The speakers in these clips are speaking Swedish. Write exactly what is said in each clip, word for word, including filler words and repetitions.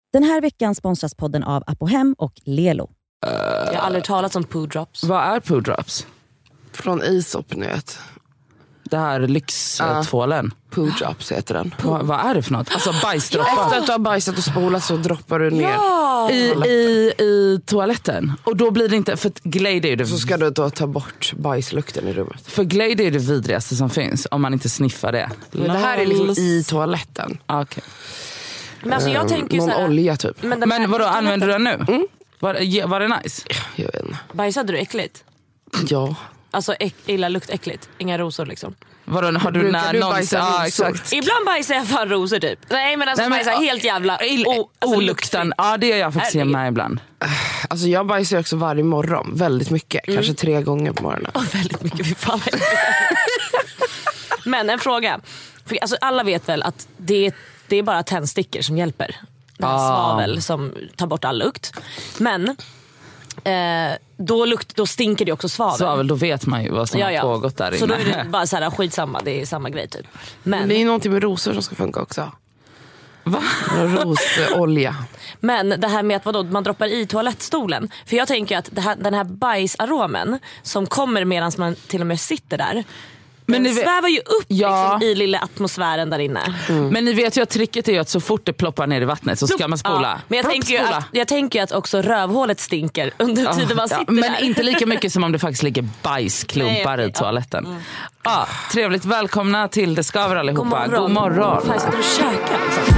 Den här veckan sponsras podden av Apohem och Lelo. Uh, jag har aldrig talat om poo drops. Vad är poo drops? Från Aesop, ni vet. Det här lyxtvålen. Uh, poo drops heter den. Va, vad är det för något? Alltså bajsdroppar. Efter att du har bajsat och spolat så droppar du ner. Ja. I, i, I toaletten. Och då blir det inte... För Glade är ju det... Så ska du då ta bort bajslukten i rummet. För Glade är det vidrigaste som finns. Om man inte sniffar det. Men det här är liksom i toaletten. Okej. Okay. Men alltså jag tänker Någon såhär, olja typ. Men, men vadå, använder du den nu? Mm. Var, var det nice? Jag vet inte. Bajsade du äckligt? Ja. Alltså äck, illa luktäckligt. Inga rosor liksom. Vadå, har du Brukar när du någon... bajsa Ja, exakt. Ibland bajsar jag fan rosor typ. Nej men alltså Nej, men, bajsar helt jävla ill, o, alltså, olukten. Ja, det gör jag faktiskt med ibland. Alltså jag bajsar också varje morgon. Väldigt mycket. Mm. Kanske tre gånger på morgonen. Oh, väldigt mycket, vi fan. Men en fråga. För, alltså, alla vet väl att det, det är bara tändstickor som hjälper. Det här ah. svavel som tar bort all lukt. Men eh, då, lukt, då stinker det också svavel. Svavel, då vet man ju vad som ja, ja. har pågått där inne. Så då är det bara så här, skitsamma, det är samma grej typ. Men, Men det är någonting med rosor som ska funka också. Va? Rosolja. Men det här med att vadå, man droppar i toalettstolen. För jag tänker att det här, den här bajsaromen som kommer medan man till och med sitter där, men den svävar ju upp ja. liksom, i lilla atmosfären där inne. Mm. Men ni vet ju att tricket är ju att så fort det ploppar ner i vattnet så ska man spola. Ja. Men jag Plopp, tänker, ju att, jag tänker att också rövhålet stinker under ja. tiden man sitter ja. Men där. inte lika mycket som om det faktiskt ligger bajsklumpar Nej, i toaletten. Ja. Mm. Ja, trevligt, välkomna till Det Skaver allihopa. God morgon. God morgon. Fan, sitter du och käkar liksom.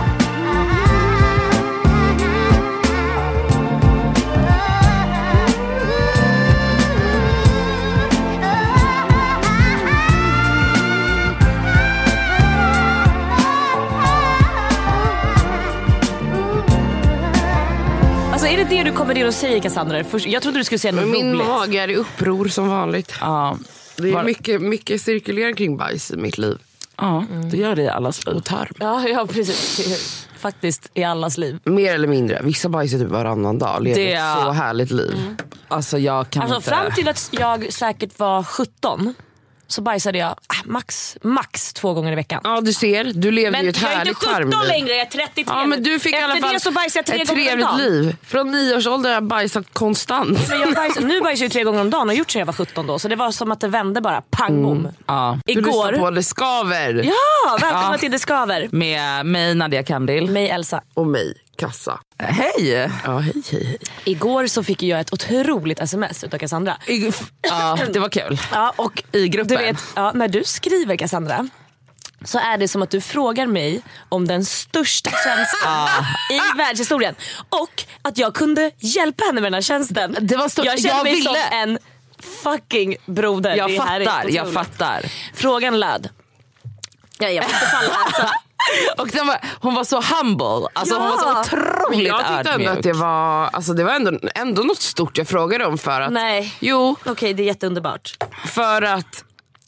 Är det det du kommer in och säger, Cassandra? Först, jag trodde du skulle säga något roligt. Min mage är i uppror som vanligt. Ja. Det är mycket, mycket cirkulering kring bajs i mitt liv. Ja, det gör det i allas liv. Och tarm. Ja, ja, precis. Faktiskt i allas liv. Mer eller mindre. Vissa bajsar typ varannan dag. Lever det är... ett så härligt liv. Mm. Alltså jag kan alltså, inte... Fram till att jag säkert var sjutton så bajsade jag ah, max, max två gånger i veckan. Ja, du ser. Du levde ju ett härligt tarmliv. Men jag är inte sjutton längre, jag är trettiotre. Ja, men du fick i alla fall det så bajsade jag tre ett gånger trevligt om dagen. liv. Från nio års ålder har jag bajsat konstant. Men jag bajsar, nu bajsar jag tre gånger om dagen och gjort så jag var sjutton då. Så det var som att det vände bara, pang bom. Mm. Ja. Igår... Du på Det Skaver. Ja, välkomna ja. till Det Skaver. Med mig Nadia Kandil. Mig Elsa. Och mig Kassa. Hej! Ja, hej, hej, hej. Igår så fick jag ett otroligt sms utav Cassandra. I, ja, det var kul. Ja, och i gruppen. Du vet, ja, när du skriver, Cassandra, så är det som att du frågar mig om den största tjänsten i världshistorien. Och att jag kunde hjälpa henne med den här tjänsten. Det var stort. Jag kände jag mig ville. som en fucking broder. Jag det här fattar, jag fattar. Frågan löd. Ja, jag får inte falla alltså. Och den var, hon var så humble. Alltså, ja. Hon var så otroligt jag tyckte ödmjuk. ändå att det var, alltså det var ändå, ändå något stort jag frågade om för att... Nej. Jo. Okej, okay, det är jätteunderbart. För att...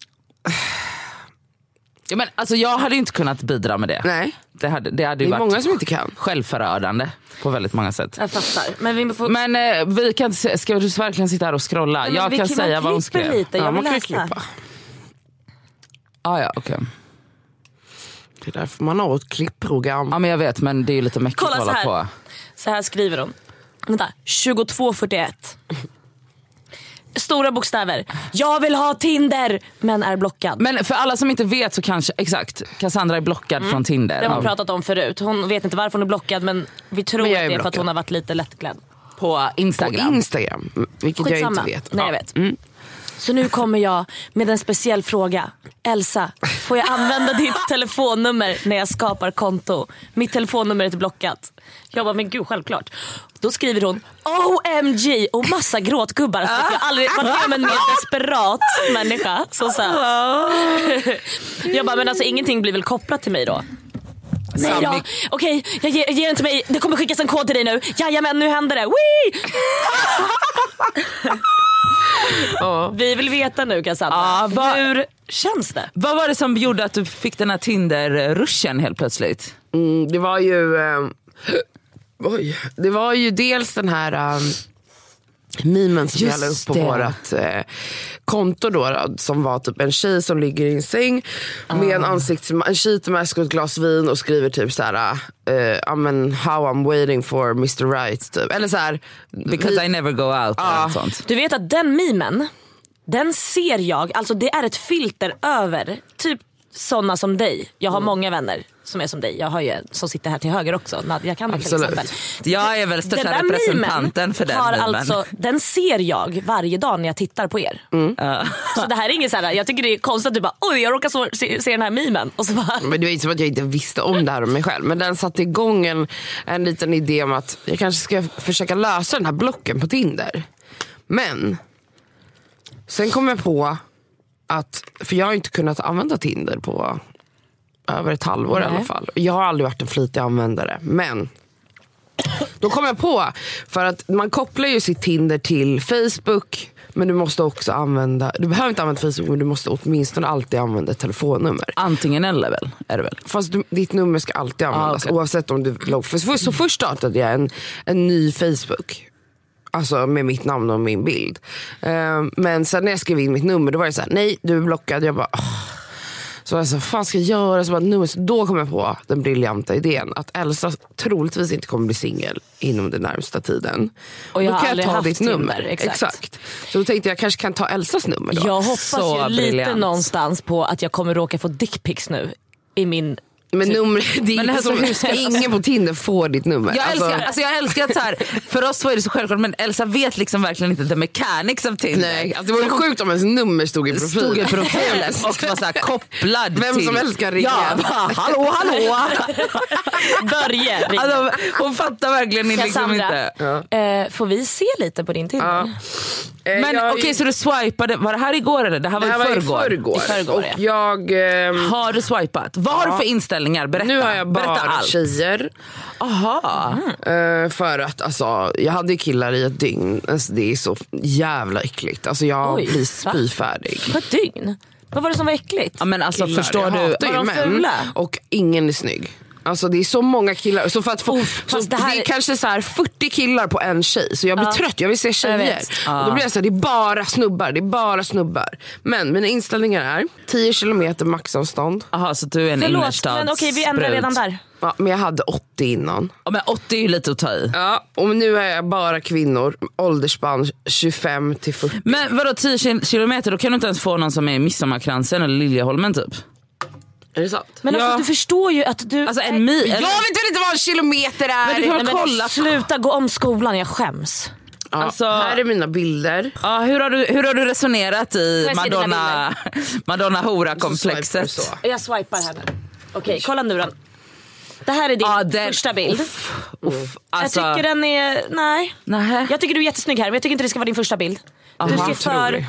Ja, men, alltså, jag hade inte kunnat bidra med det. Nej. Det hade, det hade ju det är varit många som inte kan. Självförödande på väldigt många sätt. Jag fattar. Men, vi, får... men eh, vi kan inte, ska du verkligen sitta här och scrolla? Men jag kan säga vad hon skrev. Lite. Jag ja, vill man kan läsa. klippa. Ah, ja, okej. Okay. Det är därför man har ett klippprogram. Ja, men jag vet, men det är ju lite mäckigt att hålla på. Så här skriver hon. Vänta, tjugotvå fyrtioett. Stora bokstäver. Jag vill ha Tinder, men är blockad. Men för alla som inte vet så kanske, exakt, Cassandra är blockad mm. från Tinder. Det har hon pratat om förut. Hon vet inte varför hon är blockad, men vi tror men att det är blockad. För att hon har varit lite lättklädd. På Instagram. På Instagram, vilket Skitsamma. jag inte vet. Nej, jag vet. Mm. Så nu kommer jag med en speciell fråga. Elsa, får jag använda ditt telefonnummer när jag skapar konto? Mitt telefonnummer är inte blockat. Jag bara, men gud, självklart. Då skriver hon O M G och massa gråtgubbar. Så jag har aldrig varit med om en mer desperat människa. Så så här. Jag bara, men alltså ingenting blir väl kopplat till mig då? Nej då, okej, jag ger, ger den till mig. Det kommer skickas en kod till dig nu. Jajamän, nu händer det. Wee! Oh. Vi vill veta nu, Cassandra. Ah, va, hur känns det? Vad var det som gjorde att du fick den här Tinder-ruschen helt plötsligt? Mm, det var ju... Eh, oj, det var ju dels den här... Eh, memen som Just jag la upp på det. vårat eh, konto då, då, som var typ en tjej som ligger i en säng Ah. med en ansikts en sheetmask och ett glas vin och skriver typ såhär uh, I mean, how I'm waiting for mister Right typ. Eller såhär Because vi, I never go out. Ja. Och sånt. Du vet att den memen, den ser jag, alltså det är ett filter över typ såna som dig. Jag har mm. många vänner som är som dig. Jag har ju en som sitter här till höger också, Nadja Kandel till exempel. Jag är väl största Den där representanten för den har memen. Alltså, den ser jag varje dag när jag tittar på er. Mm. Uh. Så det här är inget så här, jag tycker det är konstigt att du bara, oj jag råkar så, se, se den här memen. Och så bara... Men det var inte som att jag inte visste om det här om mig själv. Men den satte igång en, en liten idé om att jag kanske ska försöka lösa den här blocken på Tinder. Men sen kom jag på att, för jag har inte kunnat använda Tinder på över ett halvår Nej. i alla fall. Jag har aldrig varit en flitig användare. Men då kom jag på, för att man kopplar ju sitt Tinder till Facebook, men du måste också använda, du behöver inte använda Facebook, men du måste åtminstone alltid använda ett telefonnummer. Antingen eller väl, är det väl? Fast du, ditt nummer ska alltid användas, ah, okay. oavsett om du loggar. För, så, så först startade jag en, en ny Facebook. Alltså med mitt namn och min bild. Uh, men sen när jag skrev in mitt nummer, då var det så här: nej, du är blockad. Jag bara, oh. Så jag sa, vad fan ska jag göra? Så bara, nu, så då kom jag på den briljanta idén att Elsa troligtvis inte kommer bli singel inom den närmsta tiden. Och jag då har kan aldrig jag ta haft ditt Tinder, nummer. exakt. exakt. Så då tänkte jag, jag kanske kan ta Elsas nummer då. Jag hoppas Så ju lite brilliant. någonstans på att jag kommer råka få dickpics nu i min... Men nummer, det är Men inte alltså, som, hur ska- ingen på Tinder får ditt nummer. Jag alltså, älskar, alltså jag älskar att så här, för oss var det så självklart, men Elsa vet liksom verkligen inte the mechanics of Tinder. nej, alltså, det var ju sjukt om ens nummer stod i profilen. Stod i profilen och var så här kopplad Vem till... som helst kan ringa. Ja, bara, hallå, hallå. Börje ringa. Alltså, hon fattar verkligen liksom Cassandra, inte. eh, får vi se lite på din Tinder? Ja. Eh, Men jag- okej, okay, så du swipade, var det här igår eller? Det här var, Det här i var i förrgår. förrgår. I förrgår, Och ja. jag... ehm, Har du swipat? Vad har du för inställningar? Berätta. Nu har jag Berätta bara allt. tjejer. Aha. Eh, för att alltså, jag hade ju killar i ett dygn. Alltså, det är så jävla äckligt. Alltså, jag Oj, blir va? spyfärdig. På ett dygn? Vad var det som var äckligt? Ja, men alltså Killar, förstår jag du? hatar ju Var de män, fula? och ingen är snygg. Alltså det är så många killar. Så för att få, Uff, så fast det, det här- är kanske så här fyrtio killar på en tjej. Så jag blir Ja. trött, jag vill se Jag tjejer. vet. Och då blir jag så här, det är bara snubbar. Det är bara snubbar. Men mina inställningar är tio kilometer maxavstånd. Aha, så du är en Förlåt, innerstads men okej vi ändrar brud. redan där. Ja, men jag hade åttio innan. Ja, men åttio är ju lite att ta i. Ja, och nu är jag bara kvinnor. Åldersspann tjugofem till fyrtio. Men vadå tio kil- kilometer? Då kan du inte ens få någon som är i Midsommarkransen eller Liljeholmen typ. Är det sant? Men alltså Ja. du förstår ju att du... Alltså en mil. Jag vet väl inte vad en kilometer är. Men du kan Nej, men kolla. sluta gå om skolan, jag skäms. Ja, Alltså- här är mina bilder. Ja, hur, har du, hur har du resonerat i jag se dina Madonna, Madonna Så Hora-komplexet? swiper så. Jag swipar här nu. Okej, kolla nu då. Det här är din Ja, den- första bild. Uff, uff. Alltså, Jag tycker den är... Nej. nähä. Jag tycker du är jättesnygg här, men jag tycker inte det ska vara din första bild. Du Aha, ser för... otrolig.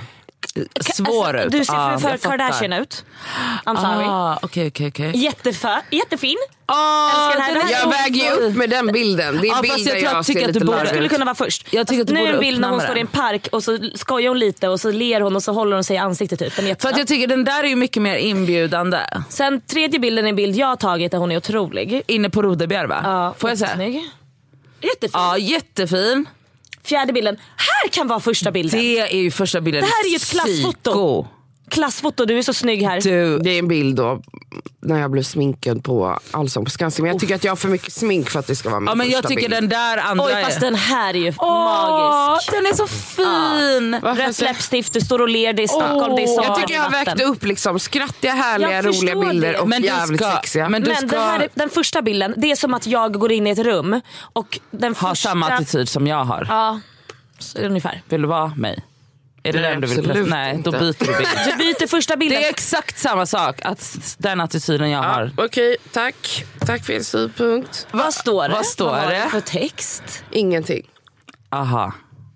Svår alltså, ut. Du ser Ja, för, för jag fattar. Kardashian ut. I'm sorry. Ah, okej, okej, okej. Jättefö, jättefin. Ah, Älskar den här. den här Jag är Jag så väger ju fin. upp med den bilden. Det är Ja, fast bilder jag tror jag, jag tycker ser att du lite borde- larvig Skulle ut. kunna vara först. Jag tycker att du nu är borde en bild när hon uppnamna står i en den. park och så skojar hon lite och så ler hon och så håller hon sig i ansiktet typ. Den är För jättebra. att jag tycker den där är ju mycket mer inbjudande. Sen tredje bilden är en bild jag har tagit där hon är otrolig. Inne på Rodebjer va? Ja, Får jag säga? jättesnygg. Jättefin. Ja, jättefin. Fjärde bilden. Här kan vara första bilden. Det är ju första bilden. Det här är ju ett klassfoto. Psyko. Klassfoto, du är så snygg här. Du, Det är en bild då när jag blev sminkad på Allsång på Skansen. Men jag tycker att jag har för mycket smink för att det ska vara min ja, men jag första tycker bild. den där andra Oj, är... fast den här är ju Åh, magisk. den är så fin. Varför Rött så- läppstift, du står och ler, det är Stockholm, det är sommar, Jag tycker det är jag vatten. väckte upp liksom skrattiga, härliga, Jag förstår roliga bilder det. och Men du jävligt ska- sexiga. men du Men ska- den, här, den första bilden, det är som att jag går in i ett rum och den Ha första... samma attityd som jag har. Ja, så ungefär. Vill du vara mig? Är det Nej, den du vill absolut pressa? Nej, inte. då byter du bild. Du byter första bilden. Det är exakt samma sak, att den attityden jag Ja, har. Okej, tack. Tack för er synpunkt. Vad står det? Vad står har det? du för text? Ingenting. Aha.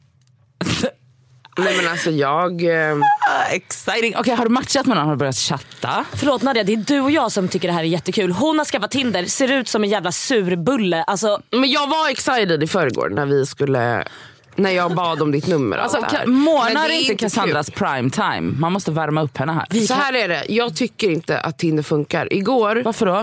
Nej men alltså jag... Eh, Ah, exciting. Okej, har du matchat med någon? Har du börjat chatta? Förlåt Nadia, det är du och jag som tycker det här är jättekul. Hon har skaffat Tinder, ser ut som en jävla surbulle. Alltså, men jag var excited i förrgår när vi skulle... När jag bad om ditt nummer. och Alltså, allt det här. kan, Men månar det är inte inte Cassandras prime time? Man måste värma upp henne här. Så här är det, jag tycker inte att Tinder funkar. Igår, Varför då?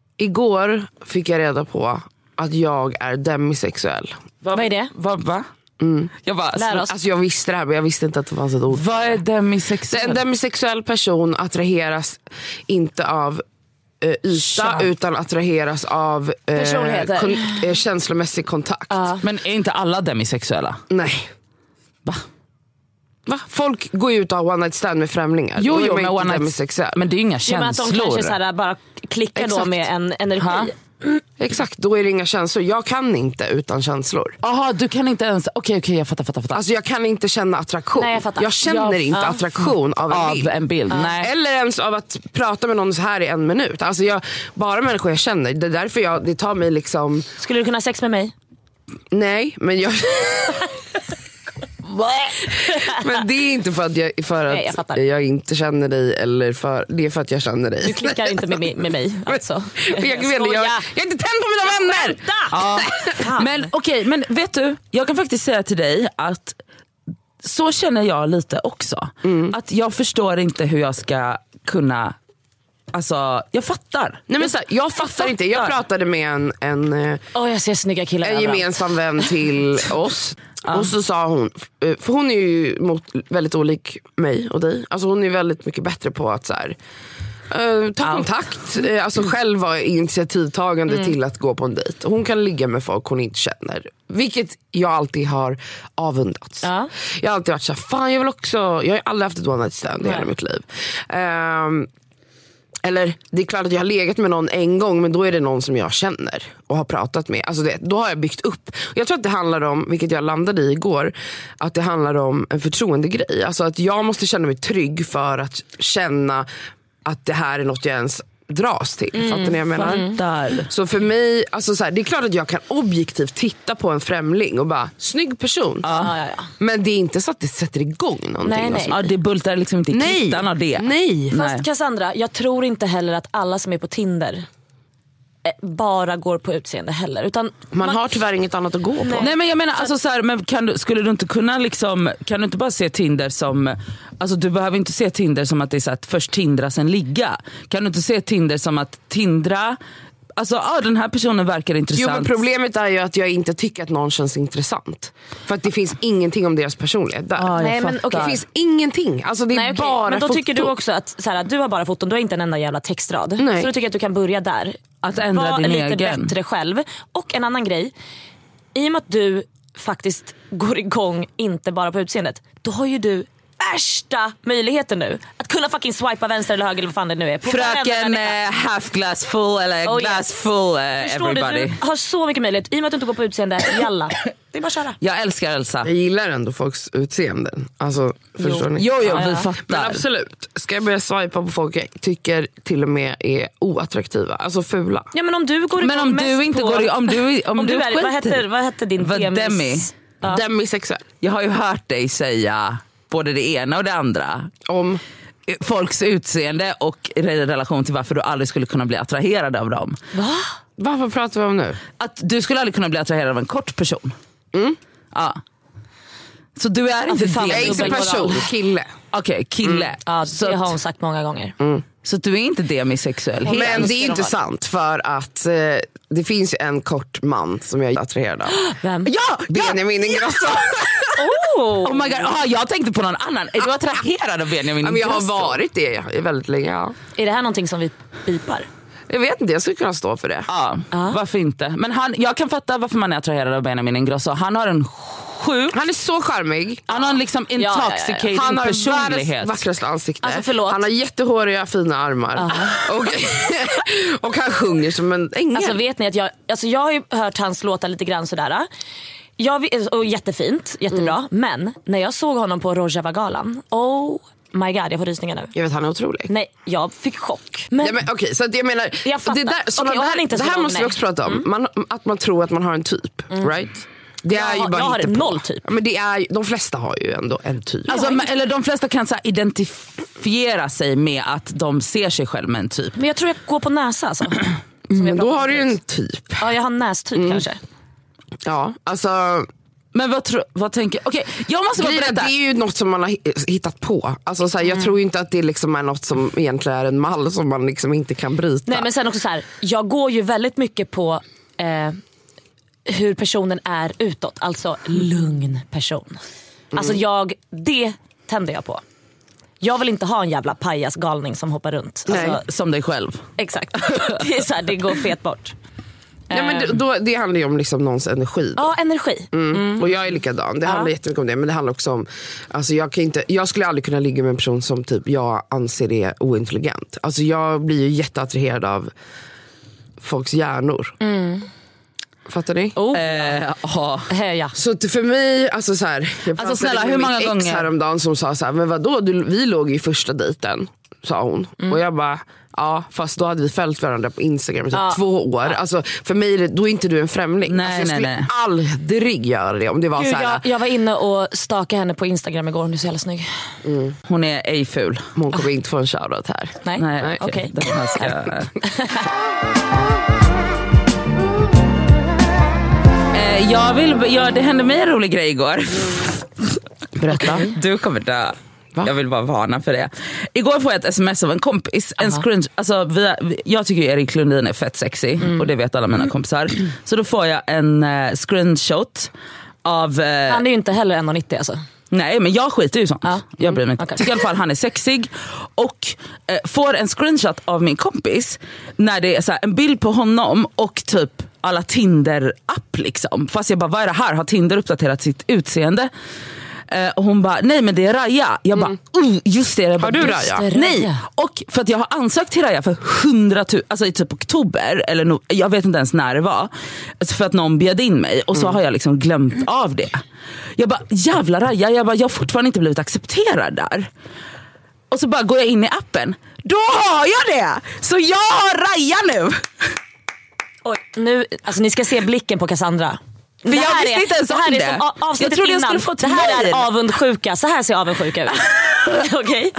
igår fick jag reda på att jag är demisexuell. vad är det? Va? va? Mm. Jag bara, Lär oss. Alltså jag visste det här men jag visste inte att det fanns ett ord. vad är demisexuell? En demisexuell person attraheras inte av eh, yta Kön. utan attraheras av eh, Personligheter. kon- eh, känslomässig kontakt. Ja. Men är inte alla demisexuella? Nej. Va? Va? Folk går ju ut och har one night stand med främlingar. Jo, Då är jo, man men inte one night- demisexuell. Men det är ju inga Ja, men att de känslor. kanske så här bara klickar Exakt. då med en energi. Ha? Exakt, då är det inga känslor. Jag kan inte utan känslor. Jaha, du kan inte ens... Okej, okej, jag fattar, fattar, fattar. Alltså jag kan inte känna attraktion. Nej, jag fattar. känner Jag- inte ja. attraktion av en Av bild. en bild, nej. Eller ens av att prata med någon så här i en minut. Alltså jag, bara människor jag känner. Det är därför jag, det tar mig liksom... Skulle du kunna ha sex med mig? Nej, men jag... Men det är inte för att jag, för att Nej, jag fattar. jag inte känner dig. Eller för, det är för att jag känner dig. Du klickar inte med, mig- med mig alltså. jag, jag, jag, jag, jag är inte tänd på mina vänner. Ja. Men okej, men vet du, jag kan faktiskt säga till dig att så känner jag lite också. Mm. Att jag förstår inte hur jag ska kunna, alltså jag fattar. Nej, men så här, jag fattar inte. Jag pratade med en, en, eh, Åh, jag ser snygga killar en överallt. gemensam vän till oss. Och så sa hon, för hon är ju mot, väldigt olik mig och dig. Alltså hon är väldigt mycket bättre på att så här, eh, ta kontakt, eh, alltså själv vara initiativtagande Mm. till att gå på en dejt. Hon kan ligga med folk hon inte känner. Vilket jag alltid har avundats. Ja. Jag har alltid varit så här, fan jag vill också, jag har aldrig haft ett one night stand i hela Nej. mitt liv. Ehm, Eller det är klart att jag har legat med någon en gång, men då är det någon som jag känner och har pratat med. Alltså det, då har jag byggt upp. Jag tror att det handlar om, vilket jag landade i igår, att det handlar om en förtroendegrej. Alltså att jag måste känna mig trygg för att känna att det här är något jag ens dras till. Mm, Fattar ni vad jag menar? Där. Så för mig, alltså så här, det är klart att jag kan objektivt titta på en främling och bara, snygg person. Ja, ja, ja. Men det är inte så att det sätter igång någonting. Nej, nej. Alltså. Ja, det bultar liksom inte i Nej. kittan av det. Nej. Fast Cassandra, jag tror inte heller att alla som är på Tinder eh, bara går på utseende heller. Utan Man har tyvärr inget annat att gå på. Nej, men jag menar alltså så här, men kan du, skulle du inte kunna liksom, kan du inte bara se Tinder som, alltså du behöver inte se Tinder som att det är så att först tindra sen ligga. Kan du inte se Tinder som att tindra, alltså ah, den här personen verkar intressant. Jo, men problemet är ju att jag inte tycker att någon känns intressant. För att det finns ingenting om deras personlighet där. Ja, jag Nej, men fattar. okej, Det finns ingenting. Alltså det är Nej, okej. bara Men då foto. tycker du också att så här, du har bara foton, du har inte en enda jävla textrad. Nej. Så då tycker jag att du kan börja där. Att ändra Var din lite egen. bättre själv. Och en annan grej, i och med att du faktiskt går igång inte bara på utseendet, då har ju du värsta möjligheten nu att kunna fucking swipa vänster eller höger eller vad fan det nu är. På varenda Fröken människa. eh, half glass full eller Oh, glass yes. full eh, Förstår everybody. du? Du har så mycket möjlighet. I och med att du inte går på utseende, jalla. Det är bara att köra. Jag älskar Elsa. Jag gillar ändå folks utseenden. Alltså, förstår ni? Jo, jo, Ja, vi ja. fattar. Men absolut. Ska jag börja swipa på folk jag tycker till och med är oattraktiva? Alltså fula. Ja, men om du går igång Men om mest du inte på, går i- om du- om du är, skiter- vad hette, vad hette din Vad, demis? demi? Ja. Demisexuell. Jag har ju hört dig säga både det ena och det andra. Om... Folks utseende och i relation till varför du aldrig skulle kunna bli attraherad av dem. Va? Va, vad pratar vi om nu? Att du skulle aldrig kunna bli attraherad av en kort person. Mm. Ja. Så du är inte fy fan, det. Jag är inte dubbelmoral. person, kille. Okej, kille. Ja, så, det har att, hon sagt många gånger. så att du är inte demisexuell. Hon Helt. Men det är de inte vara. sant för att eh, det finns ju en kort man som jag är attraherad av. Vem? Ja! ja! Benjamin Ingrosso. Oh. Oh my god, ah, jag tänkte på någon annan. Är du attraherad av Benjamin Ja, men jag har Ingrosso? varit det väldigt länge. Ja. Är det här någonting som vi bipar? Jag vet inte, jag skulle kunna stå för det. Ja, varför inte? Men han, jag kan fatta varför man är attraherad av Benjamin Ingrosso. Han har en sjuk, Han är så charmig. han har en liksom ja, ja, ja. intoxicating Han har personlighet. världens vackraste ansikte. Alltså, förlåt. Han har jättehåriga fina armar. Och, och han sjunger som en ängel. Alltså vet ni att jag, alltså jag har ju hört hans låtar lite grann sådär. Jag, vet- och jättefint, jättebra. Mm. Men när jag såg honom på Rojava-galan, oh my god, jag får rysningar nu. Jag vet, han är otrolig. Nej, jag fick chock. Men, Ja, men, okej, så att jag menar, Jag fattar. det, där, såna Okej, och där, han är inte det så här lång, måste vi nej. också prata om. Man, att man tror att man har en typ, right? Det är Jag ju har- bara jag har hittepå. noll typ. Ja, men det är, de flesta har ju ändå en typ. Alltså, men- eller de flesta kan så här, identifiera sig med att de ser sig själv med en typ. men jag tror jag går på näsa alltså. Som jag Men då pratade har du ju om en förut. typ. Ja, jag har nästyp Mm. kanske. Ja, alltså... Men vad, tro, vad tänker... Okej, jag måste bara Grejen är att berätta. det är ju något som man har hi- hittat på. Alltså, så här, jag tror ju inte att det liksom är något som egentligen är en mall som man liksom inte kan bryta. Nej, men sen också så här, jag går ju väldigt mycket på eh, hur personen är utåt. Alltså lugn person. Mm. Alltså jag, det tänder jag på. Jag vill inte ha en jävla pajas galning som hoppar runt. Nej, alltså, som dig själv. Exakt. Det är så här, det går fet bort. Ja, men det, då, det handlar ju om liksom någons energi. Ja, energi. Mm. Mm. Och jag är likadan. Det handlar ja. jättemycket om det. Men det handlar också om, alltså jag, kan inte, jag skulle aldrig kunna ligga med en person som typ jag anser är ointelligent. Alltså jag blir ju jätteattraherad av folks hjärnor. Mm. Fattar ni? Oh. Eh, ja. Ja. Så för mig, alltså så här, jag alltså snälla, hur många gånger? Ex häromdagen som sa så här, men vadå, du, vi låg i första dejten, sa hon. Mm. Och jag bara, ja, fast då hade vi följt varandra på Instagram i typ ja. två år. Ja. Alltså för mig, då är inte du en främling. Nej, alltså, jag skulle nej, nej. aldrig göra det om det var Gud, så här. Jag, jag var inne och stakade henne på Instagram igår, hon är så jävla snygg. Mm. Hon är ej ful. Hon kommer inte få en shoutout här. Nej, nej, nej. okej. Okay. Okay. Ska... eh, jag vill, ja, det hände mig en rolig grej igår. Berätta. Du kommer dö. Va? Jag vill bara varna för det. Igår får jag ett sms av en kompis. En screen, alltså vi, jag tycker ju Erik Lundin är fett sexy. Mm. Och det vet alla mina kompisar. Så då får jag en uh, screenshot av... Uh, han är ju inte heller en nittio alltså. Nej, men jag skiter ju sånt. Ja. Jag bryr mig inte. Okay. Tycker i alla fall han är sexig. Och eh, får en screenshot av min kompis. När det är så här, en bild på honom och typ alla Tinder-app liksom. Fast jag bara, vad är det här? Har Tinder uppdaterat sitt utseende? Uh, och hon bara, nej men det är Raya. Jag mm. bara, uh, just det. Jag bara, har du Raya? Det, nej, och för att jag har ansökt till Raya för hundratusen, alltså i typ oktober eller no, jag vet inte ens när det var, alltså för att någon bjöd in mig. Och så mm. har jag liksom glömt av det. Jag bara, jävla Raya. Jag bara, jag har fortfarande inte blivit accepterad där. Och så bara går jag in i appen. Då har jag det. Så jag har Raya nu. Oj, nu, alltså ni ska se blicken på Cassandra. För jag visste är, inte ens om det. det. Jag trodde jag skulle få ett det här mail. är avundsjuka. Så här ser avundsjuka ut. Okej.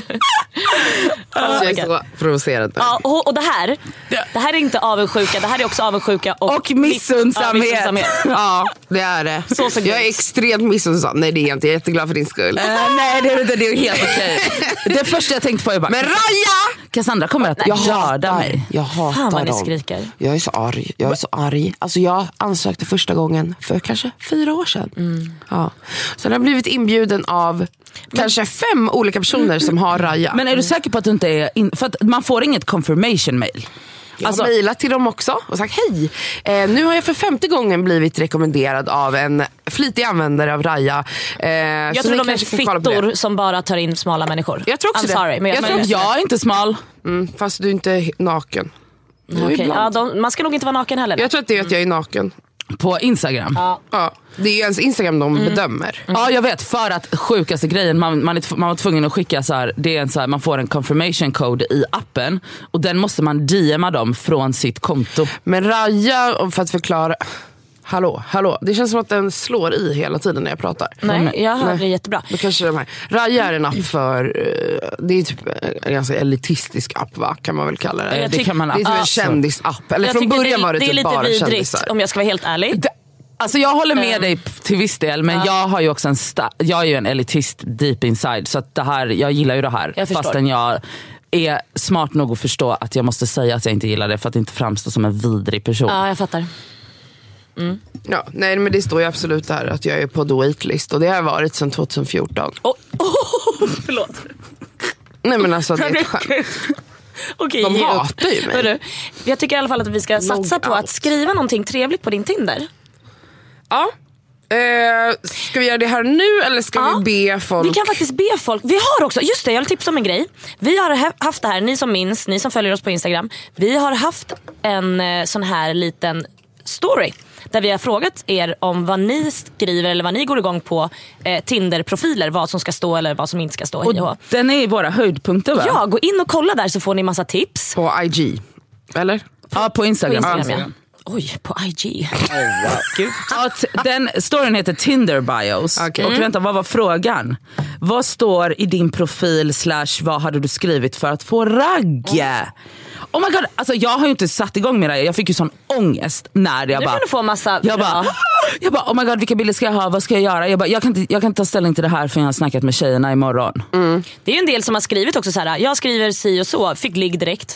Alltså jag är så provocerad. Ja, och, och det här Det här är inte avundsjuka. Det här är också avundsjuka och, och missundsamhet. Ja, missundsamhet. Ja, det är det. Så så jag är extremt missunnsam. Nej, det är jag inte. Jag är jätteglad för din skull. uh, Nej, det är, det är helt okej. Det första jag tänkte på är bara, men Raya! Cassandra kommer att döda mig. Jag hatar Fan vad ni dem. skriker. Jag är så arg. Jag är så arg. Alltså jag ansökte första gången för kanske fyra år sedan. Mm. Ja. Sen har jag blivit inbjuden av men, kanske fem olika personer som har Raya. Men är du säker på att du inte är in, för att man får inget confirmation mail? Jag alltså, har mejlat till dem också och sagt hej, eh, nu har jag för femte gången blivit rekommenderad av en flitig användare av Raya. Eh, jag tror de är fittor som bara tar in smala människor. Jag tror också I'm sorry, det. Men jag, jag, tror tror jag är inte smal. Mm, fast du är inte naken. Okay. Ja, de, man ska nog inte vara naken heller. Jag tror att det är att jag är naken. På Instagram? Ja. Ja, det är ju ens Instagram de mm. bedömer. Mm. Ja, jag vet. För att sjukaste grejen, man, man, är, man var tvungen att skicka så här, det är en så här, man får en confirmation code i appen och den måste man D M'a dem från sitt konto. Men Raya, för att förklara, hallå, hallå. Det känns som att den slår i hela tiden när jag pratar. Nej, jag hör det jättebra. Då kanske de här. Raya är en app för, det är typ en ganska elitistisk app, va? Kan man väl kalla det. Det, kan man, det är typ en kändisapp. Eller jag från början det, var det, det typ bara vidrigt, kändisar. om jag ska vara helt ärlig. Det, alltså jag håller med um, dig till viss del, men ja. jag har ju också en sta- jag är ju en elitist deep inside, så att det här, jag gillar ju det här. Jag fastän jag är smart nog att förstå att jag måste säga att jag inte gillar det för att inte framstå som en vidrig person. Ja, jag fattar. Mm. Ja, nej, men det står ju absolut där att jag är på the waitlist och det har varit sedan tjugohundrafjorton. Oh, oh, förlåt. Nej, men alltså det är ett skämt. Okej, de hatar ju mig. Hörru, jag tycker i alla fall att vi ska satsa Log på out. att skriva någonting trevligt på din Tinder. Ja. Eh, ska vi göra det här nu eller ska ja. vi be folk? Vi kan faktiskt be folk. Vi har också, just det, jag vill tipsa om en grej. Vi har haft det här, ni som minns, ni som följer oss på Instagram. Vi har haft en eh, sån här liten story där vi har frågat er om vad ni skriver eller vad ni går igång på eh, Tinder-profiler, vad som ska stå eller vad som inte ska stå. Och den är i våra höjdpunkter, va? Ja, gå in och kolla där så får ni massa tips. På I G, eller? Ja, på Instagram. På Instagram, ja. Ja. Oj, på I G. Oh, wow. Gud. Ja, t- den storyn heter Tinder bios. Okay. Och vänta, vad var frågan? Vad står i din profil slash vad hade du skrivit för att få ragge? Oh my god, alltså jag har ju inte satt igång med det. Jag fick ju sån ångest när jag nu bara... Nu få massa jag bara, jag bara, oh my god, vilka bilder ska jag ha? Vad ska jag göra? Jag bara, jag kan inte, jag kan inte ta ställning till det här för jag har snackat med tjejerna imorgon. Mm. Det är ju en del som har skrivit också så här. Jag skriver si och så, fick ligg direkt.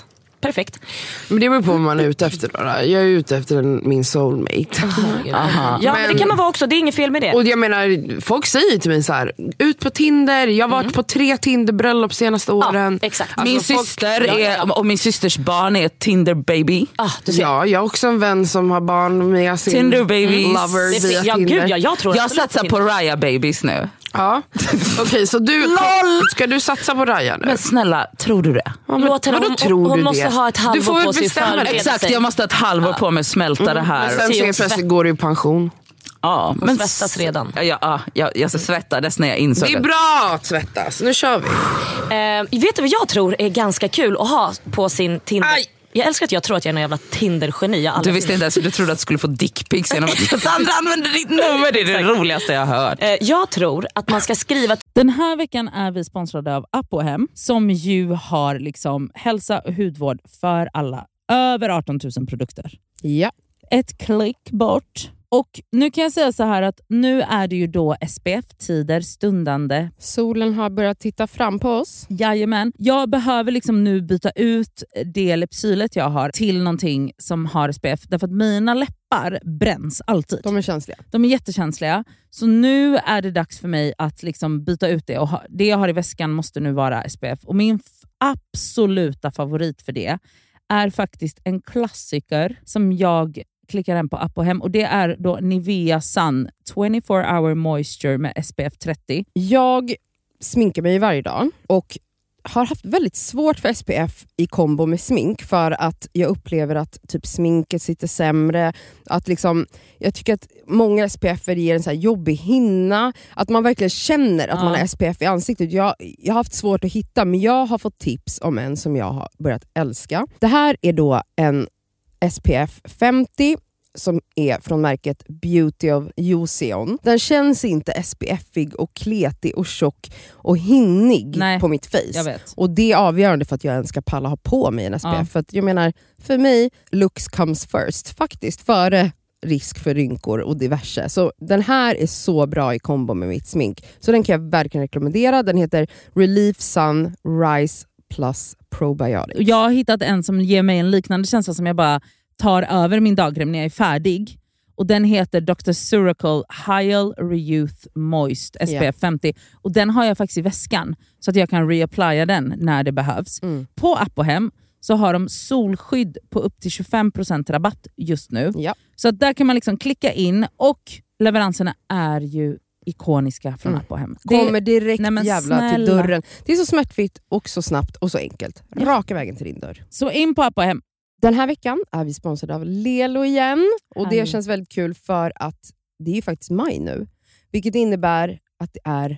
perfekt. Men det beror på vad man är ute efter då. då. Jag är ute efter en, min soulmate. Aha. Ja, men, men det kan man vara också. Det är inget fel med det. Och jag menar, folk säger till mig så här: ut på Tinder. Jag har varit mm. på tre Tinder-bröllop senaste åren. Ja, exakt. Alltså, min folk, syster är, ja, ja. och min systers barn är Tinder baby. Ah, du ser. Ja, jag har också en vän som har barn med sin Tinder babies. lover det, via ja, Tinder. Gud, ja, jag tror jag satsar på Raya babies nu. Ja, okej, okay, så du ska du satsa på Raya nu? Men snälla, tror du det? Ja, men, Låt henne, hon, tror hon, hon du måste det? ha ett halvår du får på sig för Exakt, jag måste ha ett halvår ja. på mig att smälta mm. det här. Men sen så är plötsligt går du i pension. Ja, men svettas redan. Ja, ja, ja, jag svettades när jag insåg det. Det är bra att svettas, nu kör vi. eh, Vet du vad jag tror är ganska kul att ha på sin Tinder? Aj. Jag älskar att jag tror att jag är en jävla Tinder-geni. Du visste inte ens, du trodde att du skulle få dickpics genom att Sandra använder ditt nummer. Det är det roligaste jag har hört. Jag tror att man ska skriva... Den här veckan är vi sponsrade av Apohem, som ju har liksom hälsa och hudvård för alla. Över arton tusen produkter. Ja. Ett klick bort. Och nu kan jag säga så här att nu är det ju då S P F-tider stundande. Solen har börjat titta fram på oss. Jajamän. Jag behöver liksom nu byta ut det läppsylet jag har till någonting som har S P F. Därför att mina läppar bränns alltid. De är känsliga. De är jättekänsliga. Så nu är det dags för mig att liksom byta ut det. Och ha, det jag har i väskan måste nu vara S P F. Och min f- absoluta favorit för det är faktiskt en klassiker som jag klickar den på Apohem, och det är då Nivea Sun twenty-four hour moisture med S P F trettio. Jag sminkar mig varje dag och har haft väldigt svårt för S P F i kombo med smink, för att jag upplever att typ sminket sitter sämre, att liksom, jag tycker att många S P F ger en så här jobbig hinna, att man verkligen känner att ja. man har S P F i ansiktet. Jag, jag har haft svårt att hitta, men jag har fått tips om en som jag har börjat älska. Det här är då en S P F femtio som är från märket Beauty of Joseon. Den känns inte S P F-ig och kletig och tjock och hinnig Nej, på mitt face. Jag vet. Och det är avgörande för att jag ens ska palla ha på mig en S P F. Ja. För att jag menar, för mig, looks comes first. Faktiskt, före risk för rynkor och diverse. Så den här är så bra i kombo med mitt smink. Så den kan jag verkligen rekommendera. Den heter Relief Sun Rise Plus Probiotics. Jag har hittat en som ger mig en liknande känsla som jag bara tar över min dagkräm när jag är färdig. Och den heter doctor Suracle Hyal Reyouth Moist S P F femtio. Och den har jag faktiskt i väskan så att jag kan reapplya den när det behövs. Mm. På Apohem så har de solskydd på upp till tjugofem procent rabatt just nu. Ja. Så att där kan man liksom klicka in, och leveranserna är ju ikoniska från mm. Apohem. Det kommer direkt nej, jävla snälla. till dörren. Det är så smärtfritt och så snabbt och så enkelt. Raka vägen till din dörr. Så in på Apohem. Den här veckan är vi sponsrade av Lelo igen. Och det Härligt. känns väldigt kul för att det är ju faktiskt maj nu. Vilket innebär att det är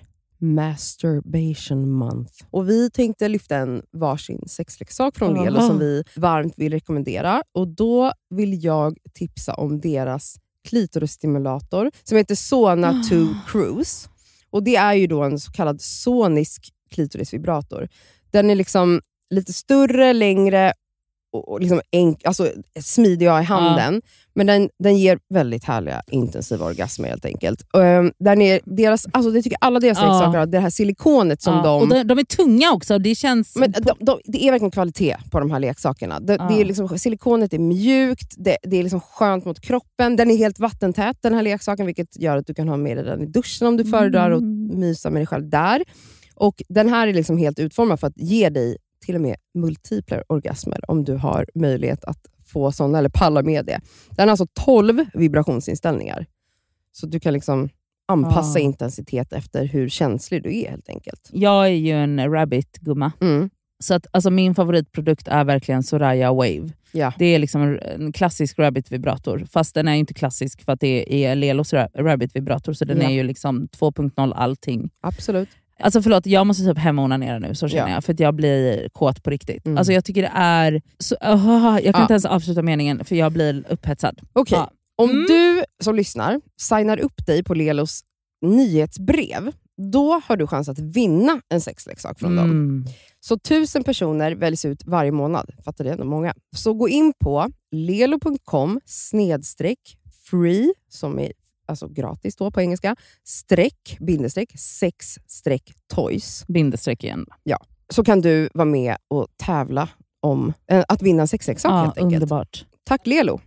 Masturbation Month. Och vi tänkte lyfta en varsin sexleksak från Lelo som vi varmt vill rekommendera. Och då vill jag tipsa om deras klitorisstimulator som heter Sona två Cruise. Och det är ju då en så kallad sonisk klitorisvibrator. Den är liksom lite större, längre och liksom enk, alltså smidig i handen. Ja. Men den, den ger väldigt härliga intensiva orgasmer helt enkelt. Um, den är deras, alltså det tycker alla deras ja. leksaker har, det här silikonet som ja. de... Och de... De är tunga också, det känns... Men de, de, det är verkligen kvalitet på de här leksakerna. Det, ja. det är liksom, silikonet är mjukt, det, det är liksom skönt mot kroppen. Den är helt vattentät, den här leksaken, vilket gör att du kan ha med den i duschen om du föredrar och mysa med dig själv där. Och den här är liksom helt utformad för att ge dig till och med multipla orgasmer om du har möjlighet att få sådana eller palla med det. Den har alltså tolv vibrationsinställningar. Så du kan liksom anpassa ah. intensitet efter hur känslig du är helt enkelt. Jag är ju en rabbit-gumma. Mm. Så att, alltså, min favoritprodukt är verkligen Soraya Wave. Ja. Det är liksom en klassisk rabbit-vibrator. Fast den är inte klassisk för att det är Lelos rabbit-vibrator. Så den ja. är ju liksom två punkt noll allting. Absolut. Alltså förlåt, jag måste typ hemonanera nu, så känner ja. jag. För att jag blir kåt på riktigt. Mm. Alltså jag tycker det är... Så, uh, jag kan ja. inte ens avsluta meningen för jag blir upphetsad. Okej, ja. om mm. du som lyssnar signar upp dig på Lelos nyhetsbrev, då har du chans att vinna en sexleksak från mm. dem. Så tusen personer väljs ut varje månad. Fattar det ändå många. Så gå in på lelo punkt com snedstreck free, som är alltså gratis då på engelska, streck, bindestreck, sex streck toys. Bindestreck igen. Ja, så kan du vara med och tävla om äh, att vinna en sexleksak Ja, helt enkelt. underbart. Tack Lelo.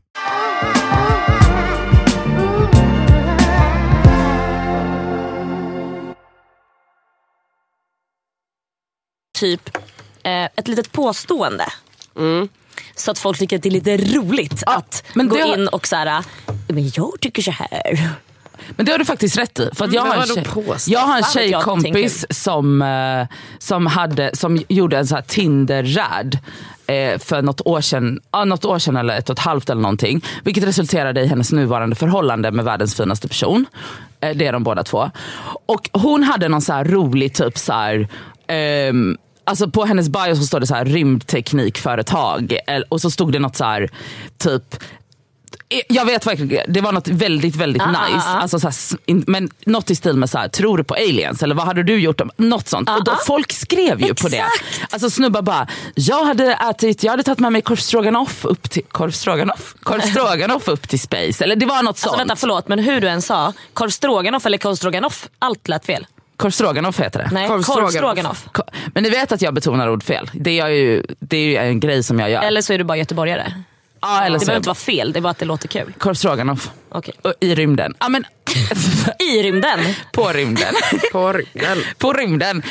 Typ eh, ett litet påstående. Mm. Så att folk tycker att det är lite roligt Ja, att men gå det har- in och så här, men jag tycker så här. Men det har du faktiskt rätt i. För att jag, Men har en vadå tjej, påstå? jag har en Fan vad jag tjejkompis som, eh, som, hade, som gjorde en så här Tinder-räd eh, för något år, sedan, ja, något år sedan eller ett och ett halvt eller någonting. Vilket resulterade i hennes nuvarande förhållande med världens finaste person. Eh, det är de båda två. Och hon hade någon så här rolig typ så här... ehm, Alltså på hennes bio så står det så här rymdteknikföretag. Och så stod det något så här typ... Jag vet verkligen, det var något väldigt, väldigt Ah, nice. ah, ah. Alltså så här, in- men något i stil med så här, tror du på aliens? Eller vad hade du gjort? Något sånt. Ah, och då, ah. folk skrev ju på det. Exakt. Alltså snubbar bara, jag hade ätit, jag hade tagit med mig korvstroganoff upp till korvstroganoff, korvstroganoff upp till space. Eller det var något sånt. Alltså vänta, förlåt, men hur du än sa, korvstroganoff eller korvstroganoff, allt lät fel. Korvstroganoff heter det. Nej, Korvstroganoff. korvstroganoff. Ko- Men ni vet att jag betonar ord fel. Det är, ju, det är ju en grej som jag gör. Eller så är du bara göteborgare. ja, eller Det så behöver inte vara fel, det är bara att det låter kul. korvstroganoff. Okej. Och I rymden. Ja, men, I rymden? på rymden. På ryggen. På rymden.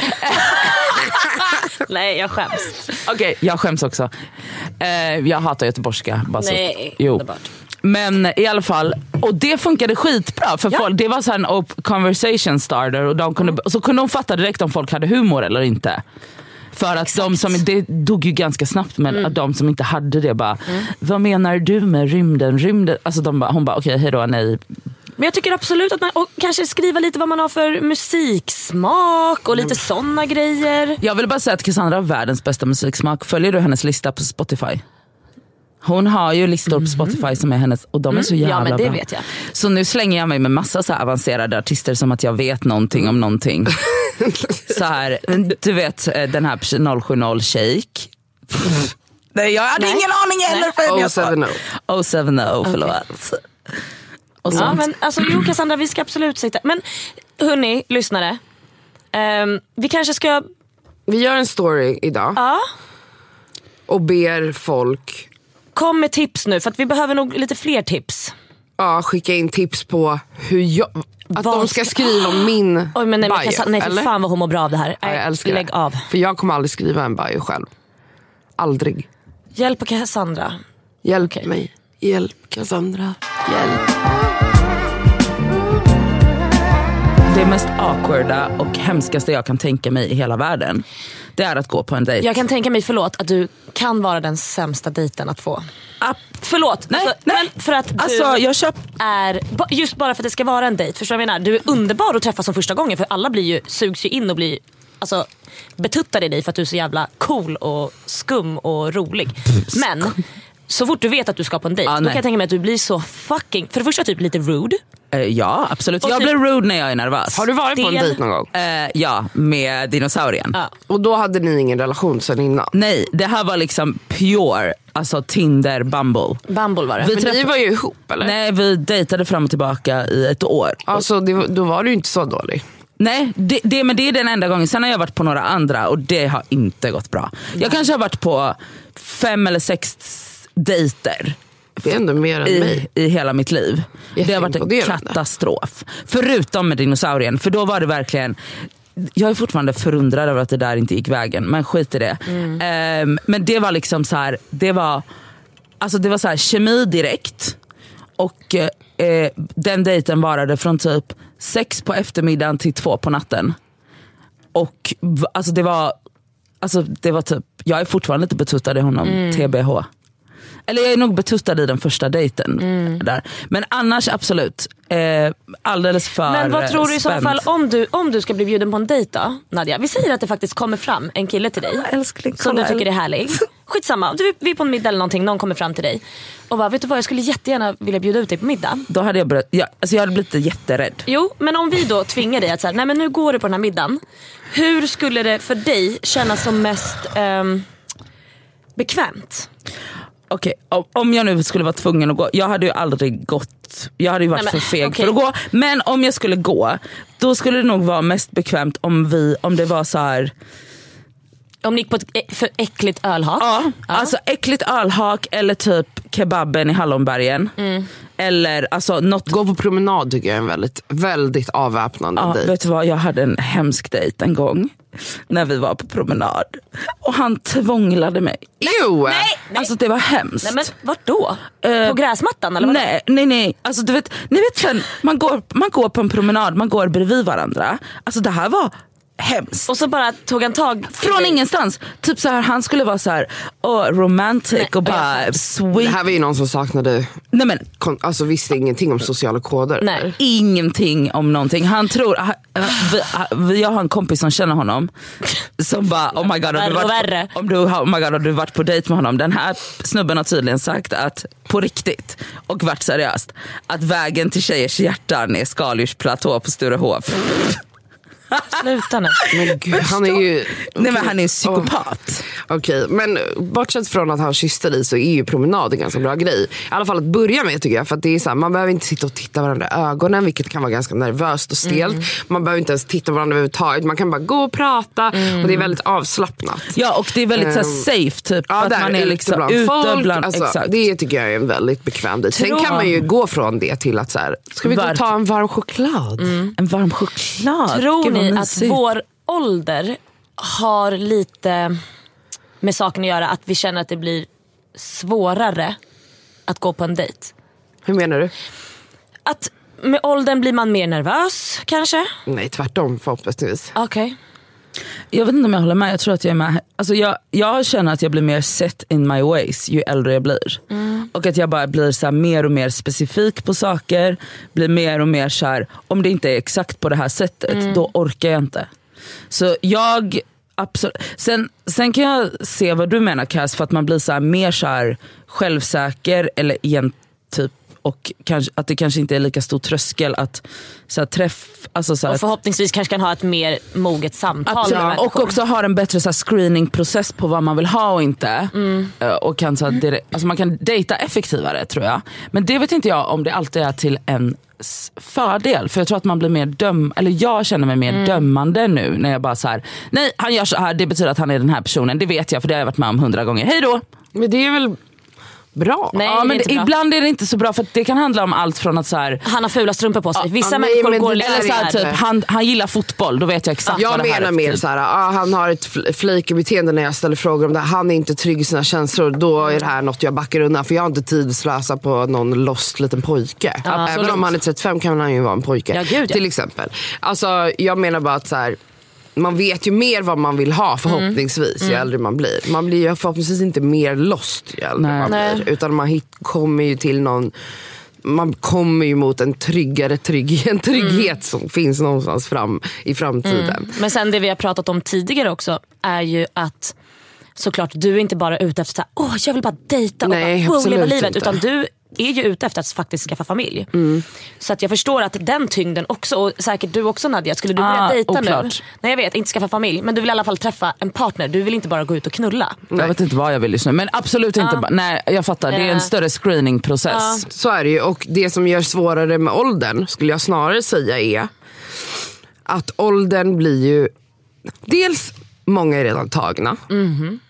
Nej, jag skäms. Okej, jag skäms också. Eh, jag hatar göteborgska. Bara så. Nej, Jo. underbart. Men i alla fall, och det funkade skitbra för Ja. folk, det var så här en op- conversation starter och, de kunde, och så kunde de fatta direkt om folk hade humor eller inte. För att de som, det dog ju ganska snabbt, men att de som inte hade det bara, vad menar du med rymden? rymden? Alltså de bara, hon bara, okej, hejdå, nej. Men jag tycker absolut att man, och kanske skriva lite vad man har för musiksmak och lite såna grejer. Jag vill bara säga att Cassandra har världens bästa musiksmak. Följer du hennes lista på Spotify? Hon har ju listor på Spotify som är hennes, och de är så jävla Ja, men det bra. vet jag. Så nu slänger jag mig med massa så här avancerade artister som att jag vet någonting om någonting. Så här, du vet den här noll sju noll Shake. Nej, jag hade Nej. ingen aning heller för oh jag sa- seven oh oh seven oh, förlåt. Och Ja, sånt. men alltså, jo Cassandra, vi ska absolut sitta. Men hörni, lyssnare. ehm, vi kanske ska... Vi gör en story idag Ja, och ber folk kom med tips nu, för att vi behöver nog lite fler tips. ja, skicka in tips på hur jag, att Vad de ska ska- skriva om min Oj, men nej, men bio, Cassandra, nej för eller? fan vad hon mår bra av det här. Ja, jag Nej, älskar lägg det. av. För jag kommer aldrig skriva en bio själv. Aldrig. Hjälp Cassandra. Hjälp Okej. mig. Hjälp Cassandra. Hjälp. Det mest awkwarda och hemskaste jag kan tänka mig i hela världen, det är att gå på en dejt. Jag kan tänka mig, förlåt, att du kan vara den sämsta dejten att få. Ah, Förlåt, Nej, alltså, nej. men för att du Alltså jag köper... är, ba- just bara för att det ska vara en dejt, förstår du vad jag menar? Du är underbar att träffa som första gången, för alla blir ju, sugs ju in och blir alltså, betuttade i dig för att du är så jävla cool och skum och rolig. Men så fort du vet att du ska på en dejt, Ah, då nej. kan jag tänka mig att du blir så fucking, för det första typ lite rude. Eh, ja, absolut. Och Jag typ- blir rude när jag är nervös. Har du varit på en Del- dejt någon gång? Eh, ja, med dinosaurien. Ja. Och då hade ni ingen relation sen innan? Nej, det här var liksom pure, alltså Tinder, Bumble. Bumble var det. Vi Men ni träffade- var ju ihop eller? Nej, vi dejtade fram och tillbaka i ett år. Alltså det, var- då var du inte så dålig. Nej, det, det, men det är den enda gången. Sen har jag varit på några andra och det har inte gått bra. Jag kanske har varit på fem eller sex dejter Det är ändå mer än i, mig. i hela mitt liv. Det har varit en Jätteimponerande. katastrof. Förutom med dinosaurien, för då var det verkligen... Jag är fortfarande förundrad över att det där inte gick vägen, men skit i det. Mm. Ehm, men det var liksom så här, det var, alltså det var så här kemi direkt. Och eh, den dejten varade från typ sex på eftermiddagen till två på natten. Och v- alltså det var, alltså det var typ, jag är fortfarande inte betuttad i honom, Mm. T B H. Eller jag är nog betuttad i den första dejten. Mm. Där. Men annars absolut, eh, alldeles för Men vad tror du i så spänd. fall om du, om du ska bli bjuden på en dejt då, Nadia? Vi säger att det faktiskt kommer fram en kille till dig Älskling, som du kolla. tycker är härlig. Skitsamma, du, vi är på en middag eller någonting, någon kommer fram till dig och bara, vet du vad, jag skulle jättegärna vilja bjuda ut dig på middag. Då hade jag börjat, ja, alltså jag hade blivit jätterädd. Jo, men om vi då tvingar dig att så här, nej men nu går du på den här middagen. Hur skulle det för dig kännas som mest ehm, bekvämt? Okej, om- om jag nu skulle vara tvungen att gå, jag hade ju aldrig gått, jag hade ju varit Nej, men, för feg okej. för att gå. Men om jag skulle gå, då skulle det nog vara mest bekvämt om vi, om det var så här. Om ni gick på ett ä- för äckligt ölhak. Ja, ja, alltså äckligt ölhak eller typ kebaben i Hallonbergen. Mm. Eller alltså något... Gå på promenad tycker jag är en väldigt, väldigt avväpnande Ja, dejt. vet du vad, jag hade en hemsk dejt en gång när vi var på promenad. Och han tvånglade mig. Jo! Nej, nej. Alltså det var hemskt. Nej, men vart då? Eh, på gräsmattan eller vad? Nej, nej, nej. Alltså du vet, ni vet sen, man går, man går på en promenad, man går bredvid varandra. Alltså det här var hemskt. Och så bara tog han tag Från ingenstans. Typ så här, han skulle vara så här, oh, romantic Nej, och bara ja. sweet. Det här var ju någon som saknade, Nej men kon- alltså visste ingenting om sociala koder. Nej. ingenting om någonting. Han tror, ha- vi, vi, jag har en kompis som känner honom som bara, oh my god, har du Värre och varit värre. på, om du, har- oh my god, har du varit på dejt med honom? Den här snubben har tydligen sagt att på riktigt och varit seriöst att vägen till tjejers hjärtan är skaldjursplatå på Sturehof. Sluta nu. Men gud, han är ju... Nej men han är en psykopat. Okej, men bortsett från att han kysste dig så är ju promenad en ganska bra grej. I alla fall att börja med tycker jag. För att det är så här, man behöver inte sitta och titta varandra i ögonen, vilket kan vara ganska nervöst och stelt. Mm. Man behöver inte ens titta varandra överhuvudtaget. Man kan bara gå och prata mm. och det är väldigt avslappnat. Ja, och det är väldigt så här, Um, safe typ. Ja, att där man är liksom bland ute folk. bland, Alltså, exakt. det tycker jag är en väldigt bekväm dit. Sen Tror- kan man ju gå från det till att så här, ska vi gå och ta en varm choklad? Mm. En varm choklad. Tror Gud, vad ni att mysigt. vår ålder har lite med saken att göra att vi känner att det blir svårare att gå på en dejt? Hur menar du? Att med åldern blir man mer nervös kanske? Nej, tvärtom förhoppningsvis. Okej. Okay. Jag vet inte om jag håller med. Jag tror att jag är med. Alltså jag, jag känner att jag blir mer set in my ways ju äldre jag blir. Mm. Och att jag bara blir så här mer och mer specifik på saker. Blir mer och mer så här, om det inte är exakt på det här sättet, mm. då orkar jag inte. Så jag absolut. Sen, sen kan jag se vad du menar, Cass, för att man blir så här mer så här självsäker eller igen typ. Och kanske, att det kanske inte är lika stor tröskel att så här, träff... Alltså, så här, och förhoppningsvis kanske kan ha ett mer moget samtal. absolut, med och också har en bättre så här, screeningprocess på vad man vill ha och inte. Mm. Och kan, så här, det, alltså, man kan dejta effektivare tror jag. Men det vet inte jag om det alltid är till en fördel. För jag tror att man blir mer döm... Eller jag känner mig mer mm. dömande nu när jag bara så här, nej han gör så här, det betyder att han är den här personen. Det vet jag för det har jag varit med om hundra gånger. Hej då! Men det är väl... bra. Nej, ja, men det det, bra. ibland är det inte så bra för det kan handla om allt från att så här, han har fula strumpor på sig. Vissa ja, människor nej, går det eller så här, typ, han, han gillar fotboll, då vet jag exakt jag vad det här menar är. mer Typ. så här, ah, han har ett fl- flake-beteende när jag ställer frågor om det. Han är inte trygg i sina känslor. Då är det här något jag backar undan. För jag har inte tid att slösa på någon lost liten pojke. Ja, Även absolut. om han är trettiofem kan han ju vara en pojke. Ja, gud, ja. Till exempel. Alltså, jag menar bara att så här, man vet ju mer vad man vill ha förhoppningsvis mm. ju äldre man blir. Man blir ju förhoppningsvis inte mer lost ju äldre Nej. man Nej. blir. Utan man hit, kommer ju till någon... Man kommer ju mot en tryggare trygg, en trygghet mm. som finns någonstans fram i framtiden. Mm. Men sen det vi har pratat om tidigare också är ju att såklart du är inte bara ute efter att åh jag vill bara dejta och Nej, bara, wow, leva livet inte. utan du är ju ute efter att faktiskt skaffa familj. Mm. Så att jag förstår att den tyngden också, och säkert du också Nadia, skulle du börja Ah, dejta oklart. nu? Nej jag vet, inte skaffa familj, men du vill i alla fall träffa en partner. Du vill inte bara gå ut och knulla. Jag vet inte vad jag vill just nu. Men absolut inte Ja. bara, nej jag fattar, det är en Ja. större screeningprocess. Ja. Så är det ju. Och det som gör svårare med åldern skulle jag snarare säga är att åldern blir ju dels, många är redan tagna. Mm.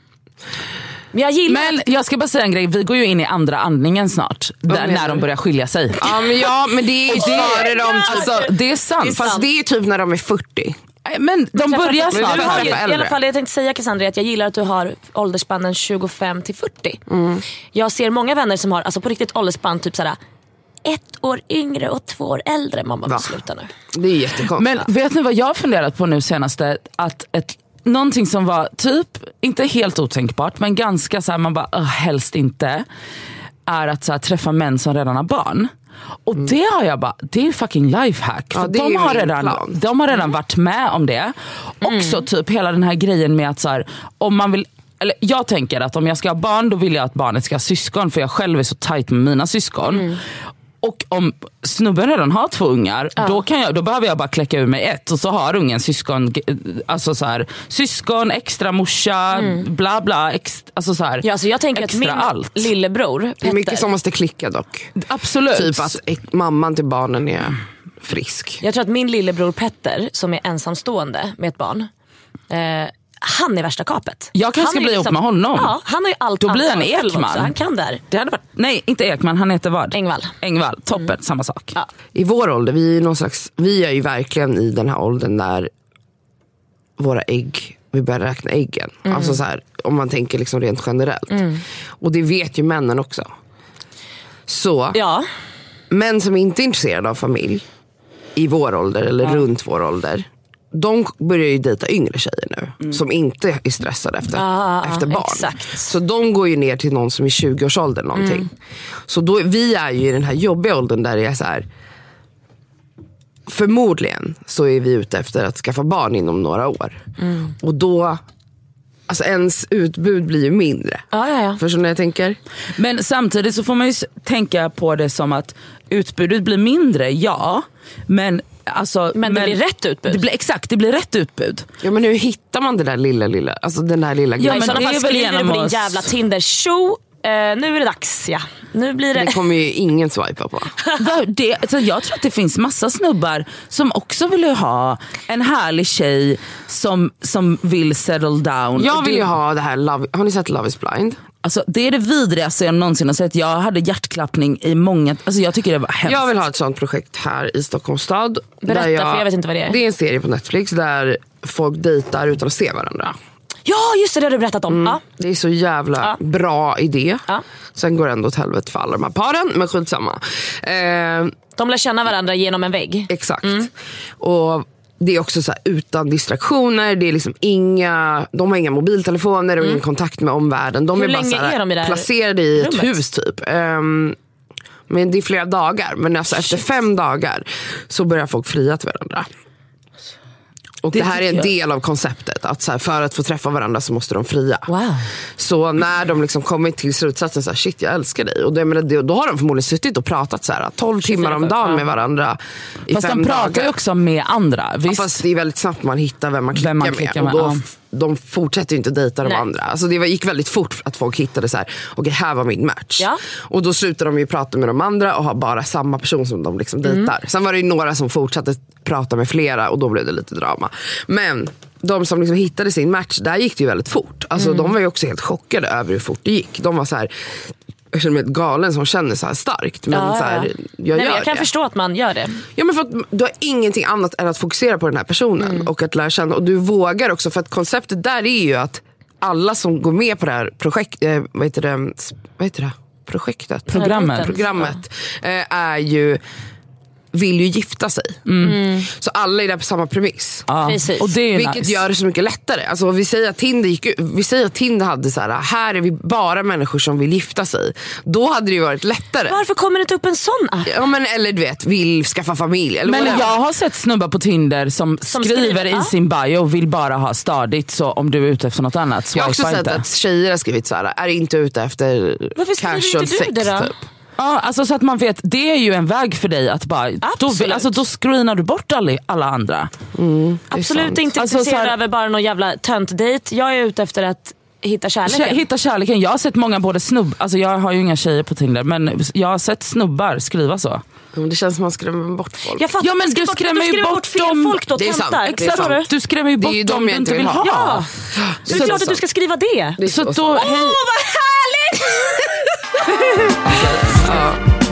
Men jag gillar Men jag ska bara säga en grej, vi går ju in i andra andningen snart. Där, menar när de du? börjar skilja sig. Ja men, ja, men det är ju snarare de typ, Alltså det är sant. fast det är typ när de är fyrtio. Men de börjar Men snart du har här. ju- I alla fall jag tänkte säga Cassandra att jag gillar att du har åldersspannen tjugofem till fyrtio. Mm. Jag ser många vänner som har alltså på riktigt åldersspann typ såhär ett år yngre och två år äldre. Man bara Va? sluta nu. Det är jättekonstigt. Men vet ni vad jag har funderat på nu senaste? Att ett, någonting som var typ, inte helt otänkbart, men ganska så här, man bara, "Åh, helst inte", är att så här, träffa män som redan har barn. Och mm. det har jag bara, det är fucking lifehack. Ja, För det är de, ju har min redan, plan. de har redan varit med om det. Också typ hela den här grejen med att så här, om man vill, eller jag tänker att om jag ska ha barn, då vill jag att barnet ska ha syskon. För jag själv är så tajt med mina syskon. Mm. Och om snubben redan har två ungar, ja. då, kan jag, då behöver jag bara kläcka ur mig ett. Och så har ungen syskon, alltså så här, syskon, extra morsa, mm. bla bla, ex, alltså så här, Ja, alltså jag tänker att min allt. lillebror Det är Petter, mycket som måste klicka dock. Absolut. Typ att eh, mamman till barnen är frisk. jag tror att min lillebror Petter som är ensamstående med ett barn, eh, han är värsta kapet. Jag kanske Han ska är bli ihop liksom- med honom. Ja, han har ju allt Då blir han ansvar själv Ekman. också. Han kan där. Det hade varit, nej, inte Ekman, han heter vad? Engvall. Engvall, toppen, samma sak. Ja. I vår ålder, vi är, någon slags, vi är ju verkligen i den här åldern där våra ägg, vi börjar räkna äggen. Mm. Alltså så här, om man tänker liksom rent generellt. Mm. Och det vet ju männen också. Så Ja. män som inte är intresserade av familj i vår ålder eller ja. runt vår ålder, de börjar ju dejta yngre tjejer nu mm. som inte är stressade efter, ah, efter barn. Exakt. Så de går ju ner till någon som är tjugo-årsåldern någonting. Mm. Så då, vi är ju i den här jobbiga åldern där det är så här, förmodligen så är vi ute efter att skaffa barn inom några år. Mm. Och då, alltså ens utbud blir ju mindre. Ja, ja, ja. Förstår ni vad jag tänker? Men samtidigt så får man ju tänka på det som att utbudet blir mindre, ja. Men Alltså, men det men, blir rätt utbud. Det blir, exakt, det blir rätt utbud. Ja, men hur hittar man det där lilla, lilla, alltså den där lilla grejen? Ja, men i sådana fall skriver du på din jävla Tinder, tjo, eh, nu är det dags, ja. Nu blir det... det kommer ju ingen swipa på. det, alltså, jag tror att det finns massa snubbar som också vill ha en härlig tjej som, som vill settle down. Jag vill det... ju ha det här, love, har ni sett Love is blind? Alltså, det är det vidrigaste jag någonsin har sett. Jag hade hjärtklappning i många... Alltså, jag tycker det var hemskt. Jag vill ha ett sånt projekt här i Stockholms stad. Berätta, jag, för jag vet inte vad det är. Det är en serie på Netflix där folk dejtar utan att se varandra. Ja, just det, det har du berättat om. Mm. Ja. Det är så jävla ja. bra idé. Ja. Sen går det ändå åt helvete för alla de här paren, men skitsamma. Eh, de lär känna varandra genom en vägg. Exakt. Mm. Och... det är också så här, utan distraktioner. Det är liksom inga, de har inga mobiltelefoner och mm. ingen kontakt med omvärlden. De Hur är bara länge så här, är de i det här placerade i rummet? Ett hus typ. Um, men det är flera dagar. Men alltså efter fem dagar så börjar folk fria till varandra. Och det, det här är en jag. del av konceptet. Att så här, för att få träffa varandra så måste de fria. Wow. Så när de liksom kommer till slutsatsen så här, shit, jag älskar dig. Och det, då har de förmodligen suttit och pratat så här, tolv timmar om dagen med varandra i fast fem de pratar dagar. ju också med andra. Visst? Ja, fast det är väldigt snabbt man hittar vem man klickar, vem man klickar med. med. Och då, ja. de fortsätter ju inte dejta de Nej. andra. Alltså det gick väldigt fort att folk hittade så här, okej, okay, här var min match. Ja. Och då slutar de ju prata med de andra och har bara samma person som de liksom dejtar. Mm. Sen var det ju några som fortsatte prata med flera och då blev det lite drama. Men de som liksom hittade sin match, där gick det ju väldigt fort. Alltså mm. de var ju också helt chockade över hur fort det gick. De var så här, jag känner mig galen som känner så här starkt. Men ja, så här, ja. jag Nej, gör jag kan det. förstå att man gör det. Ja, men för att du har ingenting annat än att fokusera på den här personen mm. och att lära känna. Och du vågar också, för att konceptet där är ju att alla som går med på det här projekt, eh, vad heter det, vad heter det? Projektet? Programmet. Programmet ja. eh, är ju vill ju gifta sig. Mm. Så alla är där på samma premiss. Ja. Och det är vilket nice. gör det så mycket lättare. Alltså, vi säger att Tinder gick, vi säger att Tinder hade så här, här är vi bara människor som vill gifta sig. Då hade det ju varit lättare. Varför kommer det inte upp en sån app? Ja, men, eller du vet, vill skaffa familj. Eller men jag har sett snubbar på Tinder som, som skriver, skriver i ja. sin bio och vill bara ha stadigt, så om du är ute efter något annat. Jag har också sett inte. att tjejer har skrivit så här, är inte ute efter casual sex det då? Typ. Ja, alltså så att man vet, det är ju en väg för dig att bara, då, alltså, då screenar du bort alla, alla andra. Mm, Absolut sant. inte alltså, intresserad här, över bara någon jävla tönt-date. Jag är ute efter att hitta kärleken. Hitta kärleken. Jag har sett många både snubb, alltså jag har ju inga tjejer på Tinder, men jag har sett snubbar skriva så. Det känns som man skrämmer bort folk. Jag fattar, ja, men du bort, skrämmer ju bort, bort fel dem. folk då, det är sant. Exakt. Du. du skrämmer ju bort det är dem de du inte vill ha. Ja. Det är klart att du ska skriva det. det så så då, Åh, oh, vad härligt! ja.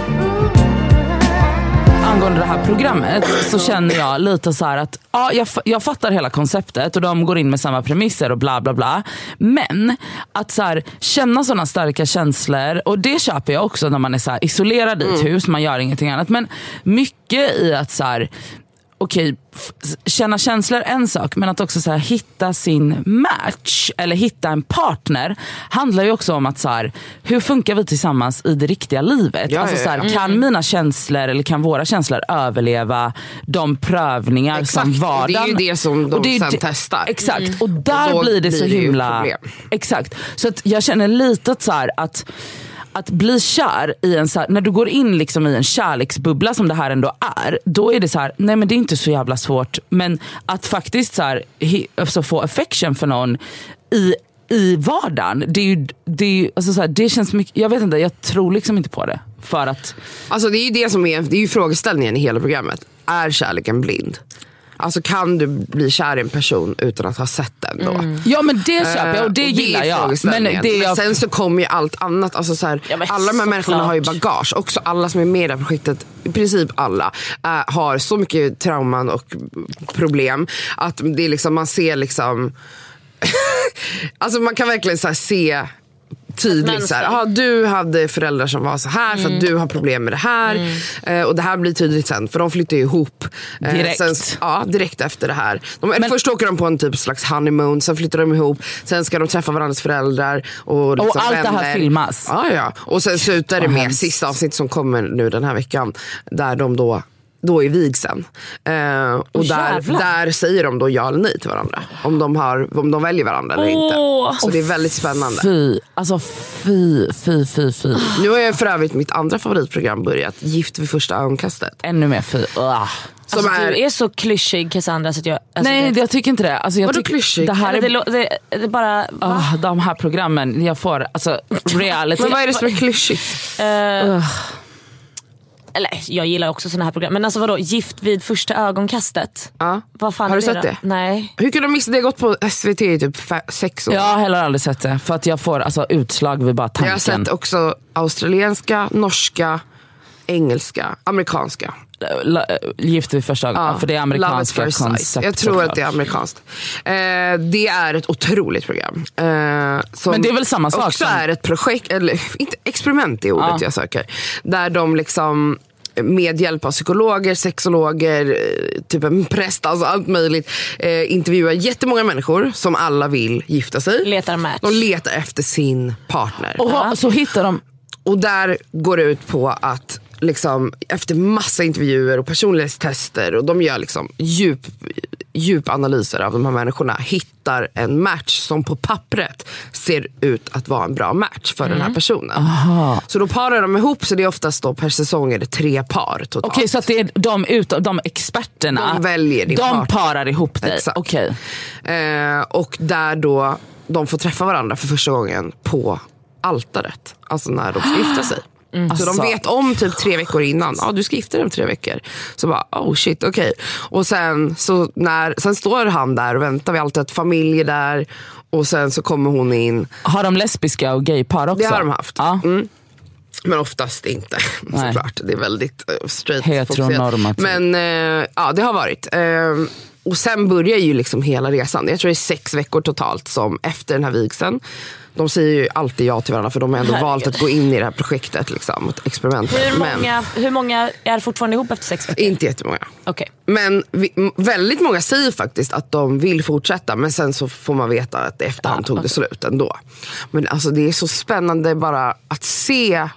Angående det här programmet så känner jag lite så här att ja, jag, jag fattar hela konceptet och de går in med samma premisser och bla bla bla. Men att så här, känna sådana starka känslor, och det köper jag också när man är så här isolerad i ett mm. hus, man gör ingenting annat. Men mycket i att så här, okej, känna känslor en sak, men att också så här, hitta sin match eller hitta en partner handlar ju också om att så här, hur funkar vi tillsammans i det riktiga livet? Ja, alltså, så här, ja, ja. kan mina känslor eller kan våra känslor överleva de prövningar exakt. som vardagen? Det är ju det som de och det är, sen testar. Exakt, mm. och där och blir det så blir det himla exakt. Så att jag känner lite så här att Att bli kär i en så här, när du går in liksom i en kärleksbubbla som det här ändå är, då är det så här, nej men det är inte så jävla svårt, men att faktiskt så här, he, alltså få affection för någon i i vardagen, det är ju, det är ju, alltså så här, det känns mycket, jag vet inte, jag tror liksom inte på det, för att alltså det är ju det som är, det är ju frågeställningen i hela programmet. Är kärleken blind? Alltså kan du bli kär i en person utan att ha sett den då? Mm. Ja men det köper jag och det uh, och gillar det jag. Men, det men jag... sen så kommer ju allt annat. Alltså så här, ja, alla de här människorna klart. har ju bagage. Också alla som är med i det här projektet, i princip alla, uh, har så mycket trauman och problem att det är liksom, man ser liksom alltså man kan verkligen så här se tydligt så här, aha, du hade föräldrar som var så här mm. för att du har problem med det här mm. eh, och det här blir tydligt sen för de flyttar ju ihop eh, direkt. Sen, ja, direkt efter det här. De, Men, först åker de på en typ slags honeymoon, sen flyttar de ihop, sen ska de träffa varandras föräldrar och, liksom och allt vänner. Det här filmas. Ja, ja. Och sen slutar det med hemskt. Sista avsnitt som kommer nu den här veckan där de då då är vigseln. Eh, och oh, där, där säger de då ja eller nej till varandra. Om de, har, om de väljer varandra eller oh, inte. Så oh, det är väldigt spännande. Fy, alltså fy, fy, fy, fy. Nu har jag för övrigt mitt andra favoritprogram börjat. Gift vid första ögonkastet. Ännu mer fy. Uh. Som alltså, är... Du är så klyschig, Cassandra, så att jag... Alltså, nej, det... jag tycker inte det. Alltså, jag Vadå tycker... klyschig? Det här är... det, det, det är bara... Uh, de här programmen, jag får... Alltså, reality... Men vad är det som är klyschigt? Uh... Uh. Eller jag gillar också såna här program. Men alltså vadå, Gift vid första ögonkastet? Ja. Vad fan har du det sett då? det? Nej. Hur kunde de missa det? Gått på S V T i typ f- sex år. Jag har heller aldrig sett det. För att jag får alltså utslag vid bara tanken. Jag har sett också australienska, norska, engelska, amerikanska. Gift vid första ögonkastet. Ja, för det är amerikanska koncept. Jag tror att det är amerikanskt. Eh, det är ett otroligt program. Eh, som Men det är väl samma sak också som... är ett projekt, eller inte experiment i ordet ja. jag söker. Där de liksom med hjälp av psykologer, sexologer, typ en präst, alltså allt möjligt, eh, intervjuar jättemånga människor som alla vill gifta sig. Letar match. De letar efter sin partner. Och ja. så hittar de... Och där går det ut på att liksom, efter massa intervjuer och personlighetstester, och de gör liksom djup, djup analyser av de här människorna, hittar en match som på pappret ser ut att vara en bra match för mm. den här personen. Aha. Så då parar de ihop, så det är oftast då per säsong är det tre par totalt. Okej, okay, så att det är de, ut, de experterna, de väljer din de partner. parar ihop dig. Exakt. Okay. Eh, och där då de får träffa varandra för första gången på altaret, alltså när de ska gifta sig. Mm. Så alltså, de vet om typ tre veckor innan, ja, du ska gifta dig om tre veckor. Så bara, oh shit, okej. Okay. Och sen, så när, sen står han där och väntar vi alltid ett familj där. Och sen så kommer hon in. Har de lesbiska och gaypar också? Det har de haft. Ja. Mm. Men oftast inte, såklart. Det är väldigt uh, straight. Heteronormativt. Men uh, ja, det har varit. Uh, och sen börjar ju liksom hela resan. Jag tror det är sex veckor totalt som efter den här vigseln. De säger ju alltid ja till varandra, för de har ändå Herregud. valt att gå in i det här projektet, liksom, experimentet. Hur många, Men, hur många är fortfarande ihop efter sex veckor? Inte jättemånga. Okay. Men vi, väldigt många säger faktiskt att de vill fortsätta, men sen så får man veta att efterhand ah, tog okay. det slut ändå. Men alltså det är så spännande bara att se,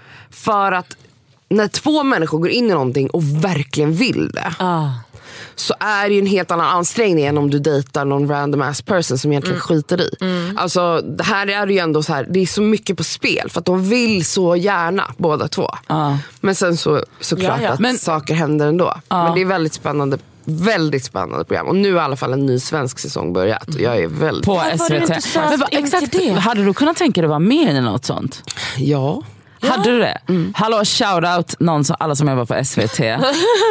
för att när två människor går in i någonting och verkligen vill det, ah. så är det ju en helt annan ansträngning än om du dejtar någon random ass person som egentligen mm. skiter i. Mm. Alltså det här är ju ändå så här, det är så mycket på spel för att de vill så gärna båda två. Uh. Men sen så såklart ja, ja. att Men, saker händer ändå. Uh. Men det är väldigt spännande, väldigt spännande program. Och nu har i alla fall en ny svensk säsong börjat. Och jag är väldigt... På S V T. Men, exakt, hade du kunnat tänka dig att vara med i något sånt? Ja. Ja. Hade du det? Mm. Hallå, shoutout någon som, alla som jobbar på S V T. eh,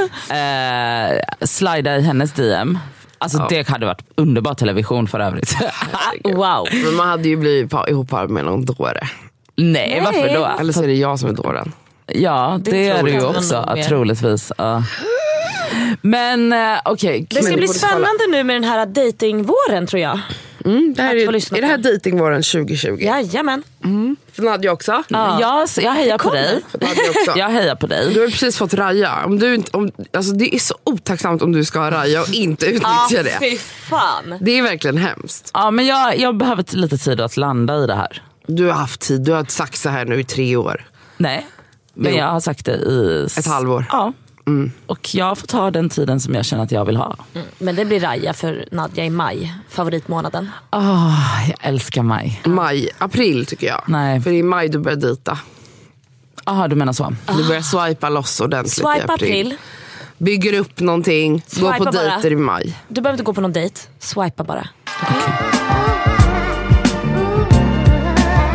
slida i hennes D M. Alltså ja. det hade varit underbar television för övrigt. Wow. Men man hade ju blivit ihopparad med någon dåre. Nej, Nej, varför då? Eller så är det jag som är dåren. Ja, det, det är du ju också, troligtvis. Uh. Men uh, okej. Okay. Det ska bli spännande nu med den här datingvåren, tror jag. Mm, det här är, är det här datingvåren tjugo tjugo? Jajamän. Mm. För Nadja också? Ja. Jag, jag hejar på dig. För Nadja också. Jag hejar på dig. Du har precis fått raja. Om du, om, alltså det är så otacksamt om du ska ha raja och inte utnyttja ah, det. Fy fan. Det är verkligen hemskt. Ja, men jag, jag behöver lite tid att landa i det här. Du har haft tid. Du har sagt så här nu i tre år. Nej, men jo. jag har sagt det i... Ett halvår. Ja. Mm. Och jag får ta den tiden som jag känner att jag vill ha. Mm. Men det blir raja för Nadja i maj, favoritmånaden. Oh, jag älskar maj. Maj, april tycker jag. Nej. För i maj du börjar dejta. Jaha, du menar så. Du börjar swipa loss ordentligt Swipe i april. april. Bygger upp någonting, swipa gå på bara. dejter i maj. Du behöver inte gå på någon dejt, swipa bara. Okay.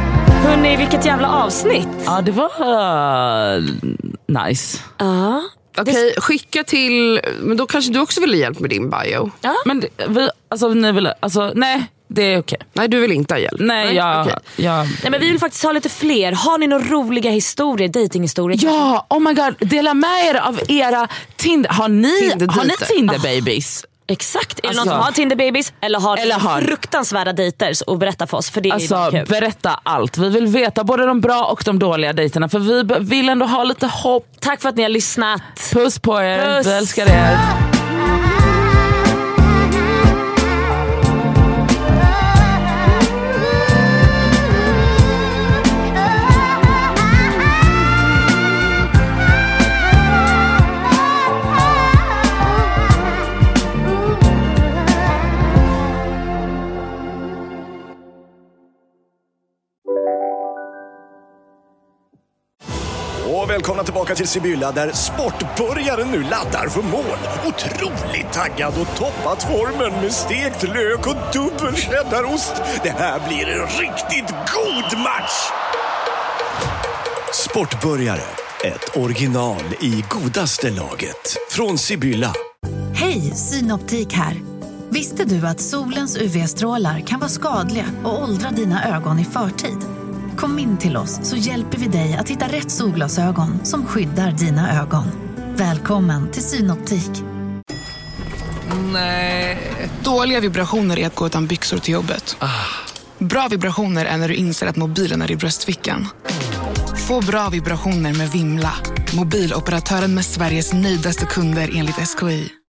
Hörrni, vilket jävla avsnitt. Ja, det var uh, nice. Ja. Okej, okay, skicka till... Men då kanske du också vill ha hjälp med din bio. Ja. Men det, vi, alltså, ni vill, alltså, nej, det är okej. Okay. Nej, du vill inte ha hjälp. Nej, nej. Jag, okay. jag... nej, men vi vill faktiskt ha lite fler. Har ni några roliga historier, datinghistorier? Ja, oh my god. Dela med er av era Tinder. Har ni, har ni Tinder-babies? Exakt, är alltså, det någon som har Tinder-babies eller har eller har fruktansvärda dejter och berätta för oss, för det är alltså, kul. Berätta allt, vi vill veta både de bra och de dåliga dejterna, för vi vill ändå ha lite hopp. Tack för att ni har lyssnat. Puss på er, Puss. Vi älskar er. Och välkomna tillbaka till Sibylla där sportbörjaren nu laddar för mål. Otroligt taggad och toppat formen med stekt lök och dubbel cheddarost. Det här blir en riktigt god match! Sportbörjare, ett original i godaste laget. Från Sibylla. Hej, Synoptik här. Visste du att solens U V-strålar kan vara skadliga och åldra dina ögon i förtid? Kom in till oss så hjälper vi dig att hitta rätt solglasögon som skyddar dina ögon. Välkommen till Synoptik. Nej. Dåliga vibrationer är att gå utan byxor till jobbet. Bra vibrationer är när du inser att mobilen är i bröstfickan. Få bra vibrationer med Vimla. Mobiloperatören med Sveriges nöjdaste kunder enligt S K I.